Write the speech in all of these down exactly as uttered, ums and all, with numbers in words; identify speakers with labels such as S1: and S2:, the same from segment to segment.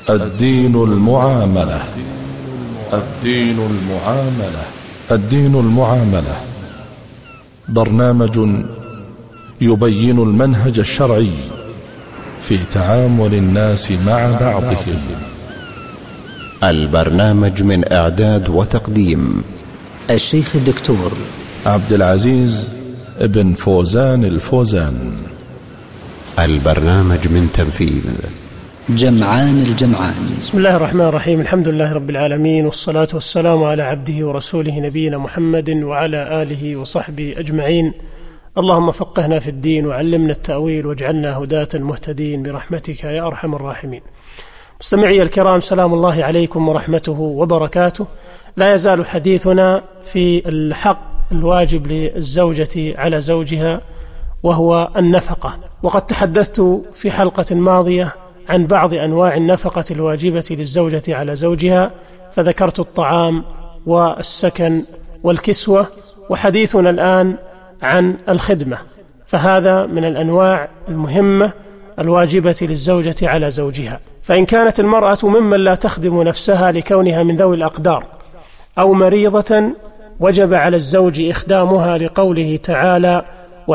S1: الدين المعاملة. الدين المعاملة. الدين المعاملة برنامج يبين المنهج الشرعي في تعامل الناس مع بعضهم.
S2: البرنامج من إعداد وتقديم
S3: الشيخ الدكتور
S1: عبد العزيز بن فوزان الفوزان.
S2: البرنامج من تنفيذ
S3: جمعان الجمعان.
S4: بسم الله الرحمن الرحيم. الحمد لله رب العالمين، والصلاة والسلام على عبده ورسوله نبينا محمد وعلى آله وصحبه أجمعين. اللهم فقهنا في الدين وعلمنا التأويل واجعلنا هداة مهتدين برحمتك يا أرحم الراحمين. مستمعي الكرام، سلام الله عليكم ورحمته وبركاته. لا يزال حديثنا في الحق الواجب للزوجة على زوجها، وهو النفقة. وقد تحدثت في حلقة ماضية عن بعض أنواع النفقة الواجبة للزوجة على زوجها، فذكرت الطعام والسكن والكسوة، وحديثنا الآن عن الخدمة، فهذا من الأنواع المهمة الواجبة للزوجة على زوجها. فإن كانت المرأة ممن لا تخدم نفسها لكونها من ذوي الأقدار أو مريضة، وجب على الزوج إخدامها لقوله تعالى: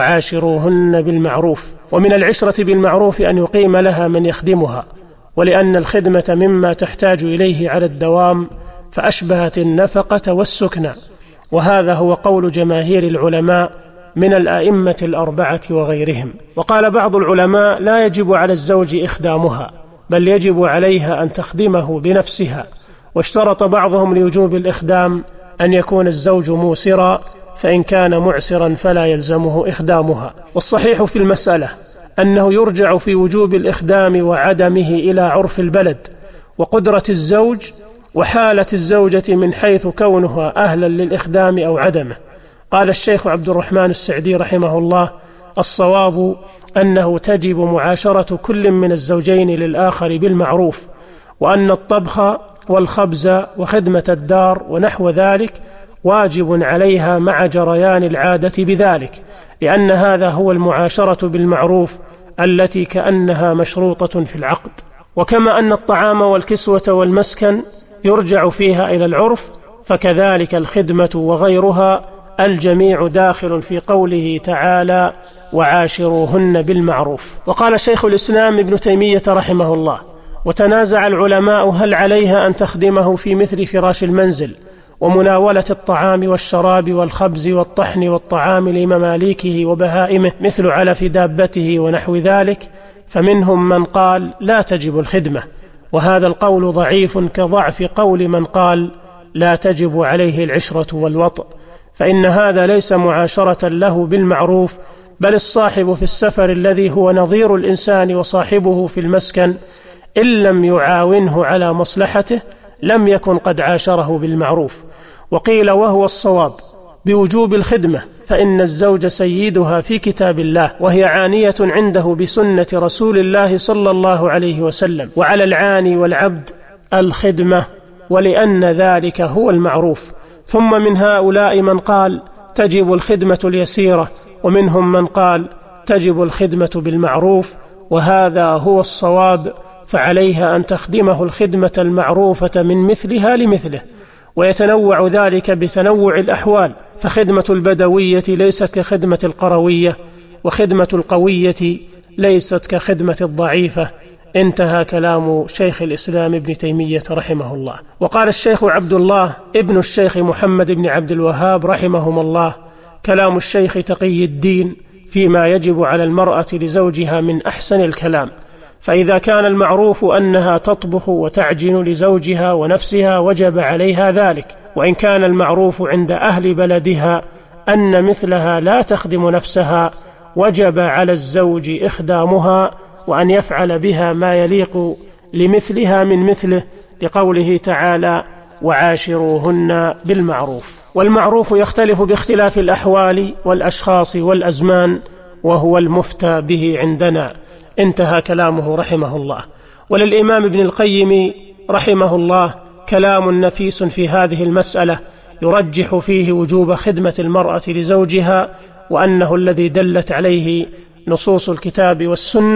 S4: وعاشروهن بالمعروف. ومن العشرة بالمعروف أن يقيم لها من يخدمها، ولأن الخدمة مما تحتاج إليه على الدوام، فأشبهت النفقة والسكنى، وهذا هو قول جماهير العلماء من الأئمة الأربعة وغيرهم. وقال بعض العلماء: لا يجب على الزوج إخدامها، بل يجب عليها أن تخدمه بنفسها. واشترط بعضهم لوجوب الإخدام أن يكون الزوج موسرا، فإن كان معسرا فلا يلزمه إخدامها. والصحيح في المسألة أنه يرجع في وجوب الإخدام وعدمه إلى عرف البلد وقدرة الزوج وحالة الزوجة من حيث كونها أهلا للإخدام أو عدمه. قال الشيخ عبد الرحمن السعدي رحمه الله: الصواب أنه تجب معاشرة كل من الزوجين للآخر بالمعروف، وأن الطبخ والخبز وخدمة الدار ونحو ذلك واجب عليها مع جريان العادة بذلك، لأن هذا هو المعاشرة بالمعروف التي كأنها مشروطة في العقد. وكما أن الطعام والكسوة والمسكن يرجع فيها إلى العرف، فكذلك الخدمة وغيرها الجميع داخل في قوله تعالى: وعاشروهن بالمعروف. وقال شيخ الإسلام ابن تيمية رحمه الله: وتنازع العلماء هل عليها أن تخدمه في مثل فراش المنزل ومناولة الطعام والشراب والخبز والطحن والطعام لمماليكه وبهائمه مثل علف دابته ونحو ذلك، فمنهم من قال لا تجب الخدمة، وهذا القول ضعيف كضعف قول من قال لا تجب عليه العشرة والوطء، فإن هذا ليس معاشرة له بالمعروف، بل الصاحب في السفر الذي هو نظير الإنسان وصاحبه في المسكن إن لم يعاونه على مصلحته لم يكن قد عاشره بالمعروف. وقيل وهو الصواب بوجوب الخدمة، فإن الزوج سيدها في كتاب الله، وهي عانية عنده بسنة رسول الله صلى الله عليه وسلم، وعلى العاني والعبد الخدمة، ولأن ذلك هو المعروف. ثم من هؤلاء من قال تجب الخدمة اليسيرة، ومنهم من قال تجب الخدمة بالمعروف، وهذا هو الصواب، فعليها أن تخدمه الخدمة المعروفة من مثلها لمثله. ويتنوع ذلك بتنوع الأحوال، فخدمة البدوية ليست كخدمة القروية، وخدمة القوية ليست كخدمة الضعيفة. انتهى كلام شيخ الإسلام ابن تيمية رحمه الله. وقال الشيخ عبد الله ابن الشيخ محمد بن عبد الوهاب رحمهم الله: كلام الشيخ تقي الدين فيما يجب على المرأة لزوجها من أحسن الكلام. فإذا كان المعروف أنها تطبخ وتعجن لزوجها ونفسها وجب عليها ذلك، وإن كان المعروف عند أهل بلدها أن مثلها لا تخدم نفسها وجب على الزوج إخدامها، وأن يفعل بها ما يليق لمثلها من مثله، لقوله تعالى: وعاشروهن بالمعروف. والمعروف يختلف باختلاف الأحوال والأشخاص والأزمان، وهو المفتى به عندنا. انتهى كلامه رحمه الله. وللإمام ابن القيم رحمه الله كلام نفيس في هذه المسألة، يرجح فيه وجوب خدمة المرأة لزوجها، وأنه الذي دلت عليه نصوص الكتاب والسنة،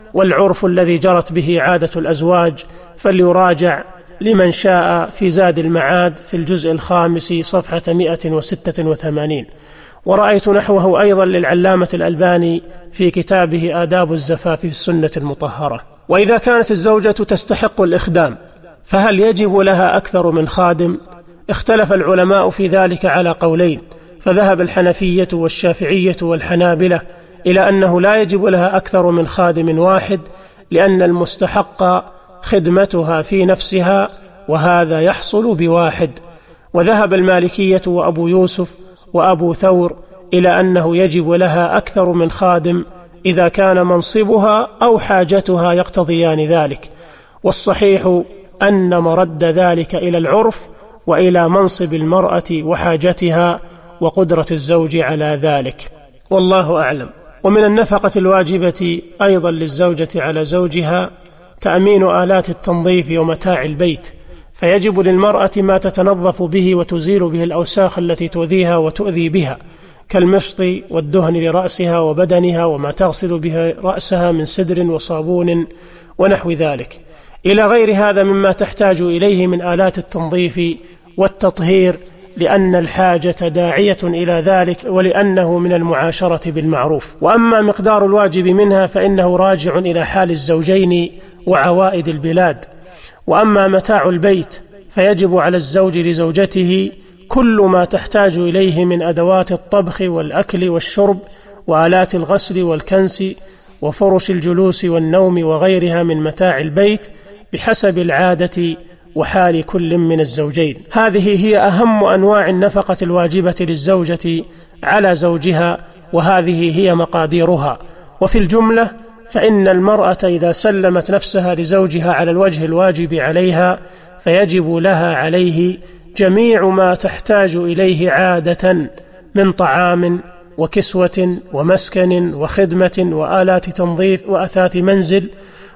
S4: والعرف الذي جرت به عادة الأزواج فليراجع لمن شاء في زاد المعاد في الجزء الخامس صفحة مئة وستة وثمانين. ورأيت نحوه أيضا للعلامة الألباني في كتابه آداب الزفاف في السنة المطهرة. وإذا كانت الزوجة تستحق الإخدام فهل يجب لها أكثر من خادم؟ اختلف العلماء في ذلك على قولين، فذهب الحنفية والشافعية والحنابلة إلى أنه لا يجب لها أكثر من خادم واحد، لأن المستحق خدمتها في نفسها وهذا يحصل بواحد. وذهب المالكية وأبو يوسف وأبو ثور إلى أنه يجب لها أكثر من خادم إذا كان منصبها أو حاجتها يقتضيان ذلك. والصحيح أن مرد ذلك إلى العرف وإلى منصب المرأة وحاجتها وقدرة الزوج على ذلك، والله أعلم. ومن النفقة الواجبة أيضا للزوجة على زوجها تأمين آلات التنظيف ومتاع البيت، فيجب للمرأة ما تتنظف به وتزيل به الأوساخ التي تؤذيها وتؤذي بها، كالمشط والدهن لرأسها وبدنها وما تغسل به رأسها من سدر وصابون ونحو ذلك، إلى غير هذا مما تحتاج إليه من آلات التنظيف والتطهير، لأن الحاجة داعية إلى ذلك ولأنه من المعاشرة بالمعروف. وأما مقدار الواجب منها فإنه راجع إلى حال الزوجين وعوائد البلاد. وأما متاع البيت فيجب على الزوج لزوجته كل ما تحتاج إليه من أدوات الطبخ والأكل والشرب وآلات الغسل والكنس وفرش الجلوس والنوم وغيرها من متاع البيت بحسب العادة وحال كل من الزوجين. هذه هي أهم أنواع النفقة الواجبة للزوجة على زوجها، وهذه هي مقاديرها. وفي الجملة فإن المرأة إذا سلمت نفسها لزوجها على الوجه الواجب عليها فيجب لها عليه جميع ما تحتاج إليه عادة من طعام وكسوة ومسكن وخدمة وآلات تنظيف وأثاث منزل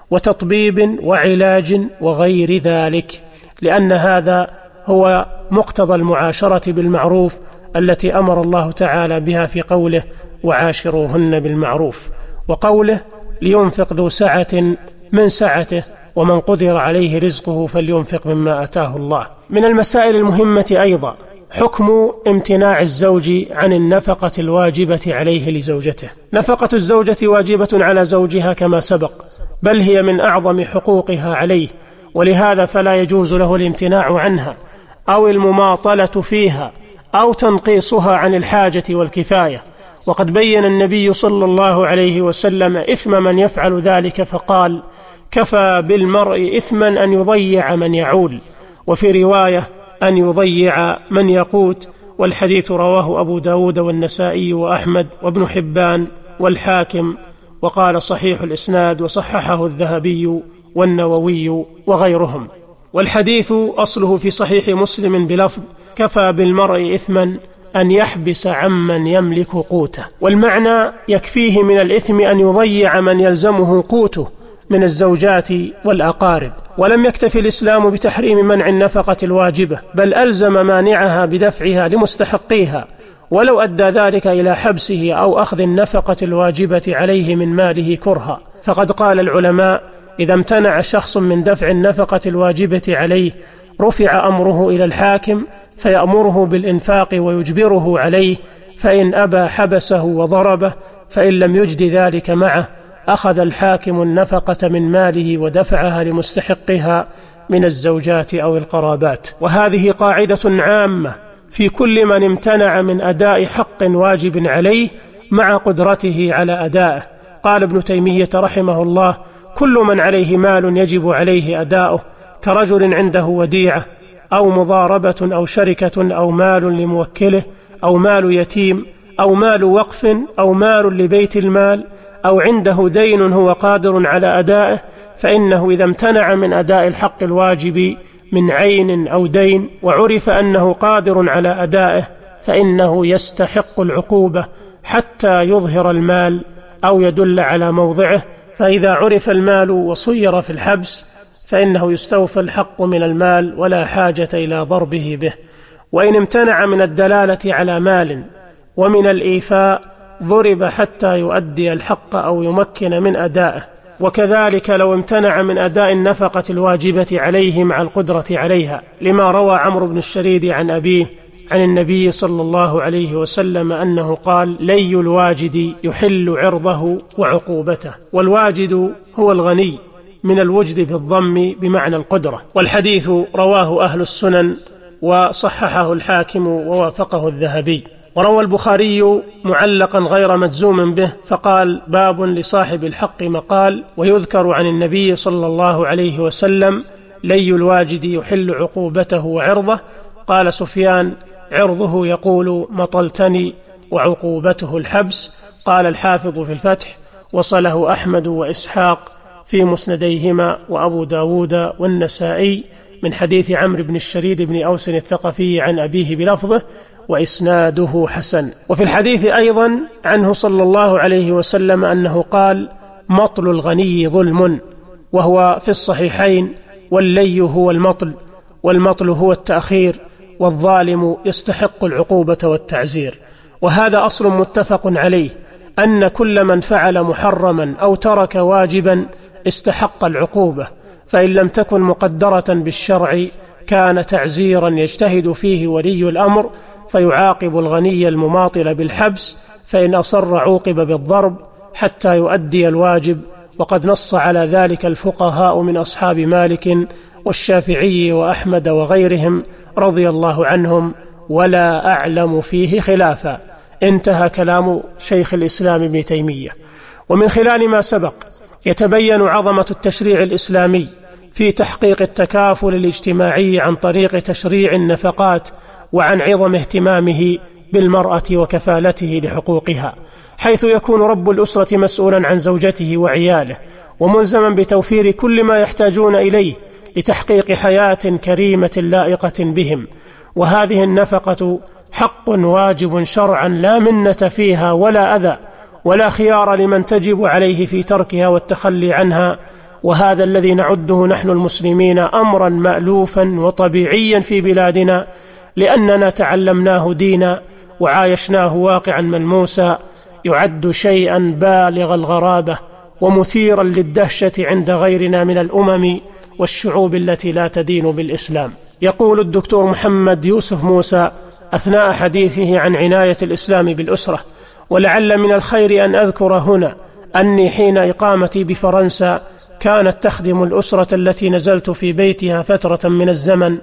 S4: وتطبيب وعلاج وغير ذلك، لأن هذا هو مقتضى المعاشرة بالمعروف التي أمر الله تعالى بها في قوله وعاشروهن بالمعروف، وقوله لينفق ذو سعة من سعته ومن قدر عليه رزقه فلينفق مما آتاه الله. من المسائل المهمة أيضا حكم امتناع الزوج عن النفقة الواجبة عليه لزوجته. نفقة الزوجة واجبة على زوجها كما سبق، بل هي من أعظم حقوقها عليه، ولهذا فلا يجوز له الامتناع عنها أو المماطلة فيها أو تنقيصها عن الحاجة والكفاية. وقد بين النبي صلى الله عليه وسلم إثم من يفعل ذلك فقال كفى بالمرء إثما أن يضيع من يعول، وفي رواية أن يضيع من يقوت، والحديث رواه أبو داود والنسائي وأحمد وابن حبان والحاكم، وقال صحيح الإسناد وصححه الذهبي والنووي وغيرهم. والحديث أصله في صحيح مسلم بلفظ كفى بالمرء إثما أن يحبس عمن يملك قوته، والمعنى يكفيه من الإثم أن يضيع من يلزمه قوته من الزوجات والأقارب. ولم يكتفي الإسلام بتحريم منع النفقة الواجبة، بل ألزم مانعها بدفعها لمستحقيها، ولو أدى ذلك إلى حبسه أو أخذ النفقة الواجبة عليه من ماله كرها. فقد قال العلماء إذا امتنع شخص من دفع النفقة الواجبة عليه رفع أمره إلى الحاكم فيأمره بالإنفاق ويجبره عليه، فإن أبى حبسه وضربه، فإن لم يجد ذلك معه أخذ الحاكم النفقة من ماله ودفعها لمستحقها من الزوجات أو القرابات. وهذه قاعدة عامة في كل من امتنع من أداء حق واجب عليه مع قدرته على أدائه. قال ابن تيمية رحمه الله كل من عليه مال يجب عليه أداؤه، كرجل عنده وديعة أو مضاربة أو شركة أو مال لموكله أو مال يتيم أو مال وقف أو مال لبيت المال أو عنده دين هو قادر على أدائه، فإنه إذا امتنع من أداء الحق الواجب من عين أو دين وعرف أنه قادر على أدائه فإنه يستحق العقوبة حتى يظهر المال أو يدل على موضعه. فإذا عرف المال وصير في الحبس فإنه يستوفى الحق من المال ولا حاجة إلى ضربه به. وإن امتنع من الدلالة على مال ومن الإيفاء ضرب حتى يؤدي الحق أو يمكن من أدائه. وكذلك لو امتنع من أداء النفقة الواجبة عليه مع القدرة عليها، لما روى عمرو بن الشريد عن أبيه عن النبي صلى الله عليه وسلم أنه قال: لي الواجد يحل عرضه وعقوبته. والواجد هو الغني من الوجد بالضم بمعنى القدرة. والحديث رواه أهل السنن وصححه الحاكم ووافقه الذهبي. وروى البخاري معلقا غير مجزوم به فقال: باب لصاحب الحق مقال. ويذكر عن النبي صلى الله عليه وسلم: لي الواجد يحل عقوبته وعرضه. قال سفيان: عرضه يقول مطلتني، وعقوبته الحبس. قال الحافظ في الفتح: وصله أحمد وإسحاق في مسنديهما، وأبو داود والنسائي من حديث عمرو بن الشريد بن أوس الثقفي عن أبيه بلفظه، وإسناده حسن. وفي الحديث أيضا عنه صلى الله عليه وسلم أنه قال: مطل الغني ظلم، وهو في الصحيحين: واللي هو المطل، والمطل هو التأخير، والظالم يستحق العقوبة والتعزير. وهذا أصل متفق عليه، أن كل من فعل محرما أو ترك واجبا استحق العقوبة، فإن لم تكن مقدرة بالشرع كان تعزيرا يجتهد فيه ولي الأمر فيعاقب الغني المماطل بالحبس، فإن أصر عوقب بالضرب حتى يؤدي الواجب. وقد نص على ذلك الفقهاء من أصحاب مالك والشافعي وأحمد وغيرهم رضي الله عنهم، ولا أعلم فيه خلافا. انتهى كلام شيخ الإسلام ابن تيمية. ومن خلال ما سبق يتبين عظمة التشريع الإسلامي في تحقيق التكافل الاجتماعي عن طريق تشريع النفقات، وعن عظم اهتمامه بالمرأة وكفالته لحقوقها، حيث يكون رب الأسرة مسؤولا عن زوجته وعياله، وملزما بتوفير كل ما يحتاجون إليه لتحقيق حياة كريمة لائقة بهم. وهذه النفقة حق واجب شرعا لا منة فيها ولا أذى، ولا خيار لمن تجب عليه في تركها والتخلي عنها. وهذا الذي نعده نحن المسلمين أمرا مألوفا وطبيعيا في بلادنا، لأننا تعلمناه دينا وعايشناه واقعا ملموسا، يعد شيئا بالغ الغرابة ومثيرا للدهشة عند غيرنا من الأمم والشعوب التي لا تدين بالإسلام. يقول الدكتور محمد يوسف موسى أثناء حديثه عن عناية الإسلام بالأسرة: ولعل من الخير أن أذكر هنا أني حين إقامتي بفرنسا كانت تخدم الأسرة التي نزلت في بيتها فترة من الزمن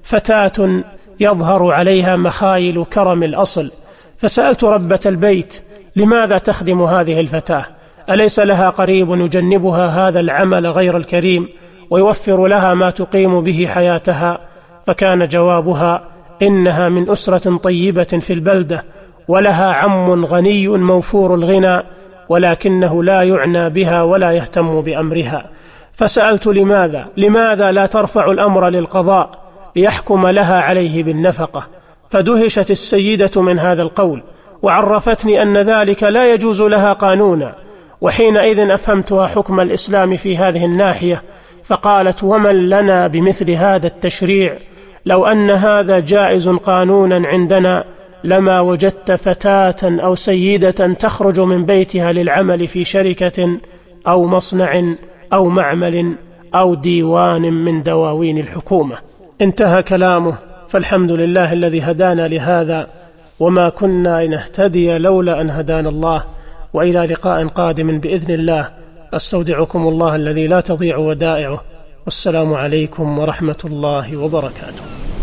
S4: فتاة يظهر عليها مخايل كرم الأصل، فسألت ربة البيت: لماذا تخدم هذه الفتاة؟ أليس لها قريب يجنبها هذا العمل غير الكريم ويوفر لها ما تقيم به حياتها؟ فكان جوابها: إنها من أسرة طيبة في البلدة، ولها عم غني موفور الغنى، ولكنه لا يعنى بها ولا يهتم بأمرها. فسألت: لماذا؟ لماذا لا ترفع الأمر للقضاء ليحكم لها عليه بالنفقة؟ فدهشت السيدة من هذا القول، وعرفتني أن ذلك لا يجوز لها قانونا. وحينئذ أفهمتها حكم الإسلام في هذه الناحية، فقالت: ومن لنا بمثل هذا التشريع؟ لو أن هذا جائز قانونا عندنا لما وجدت فتاة أو سيدة تخرج من بيتها للعمل في شركة أو مصنع أو معمل أو ديوان من دواوين الحكومة. انتهى كلامه. فالحمد لله الذي هدانا لهذا، وما كنا نهتدي لولا أن هدانا الله. وإلى لقاء قادم بإذن الله، أستودعكم الله الذي لا تضيع ودائعه، والسلام عليكم ورحمة الله وبركاته.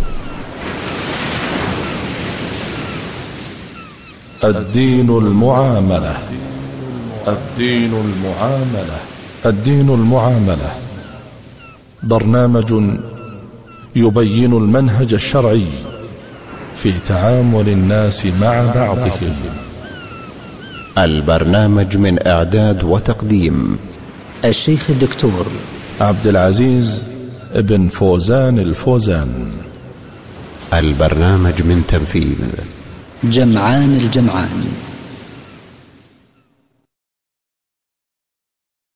S1: الدين المعاملة. الدين المعاملة. الدين المعاملة برنامج يبين المنهج الشرعي في تعامل الناس مع بعضهم.
S2: البرنامج من إعداد وتقديم
S3: الشيخ الدكتور
S1: عبد العزيز ابن فوزان الفوزان.
S2: البرنامج من تنفيذ
S3: جمعان الجمعان.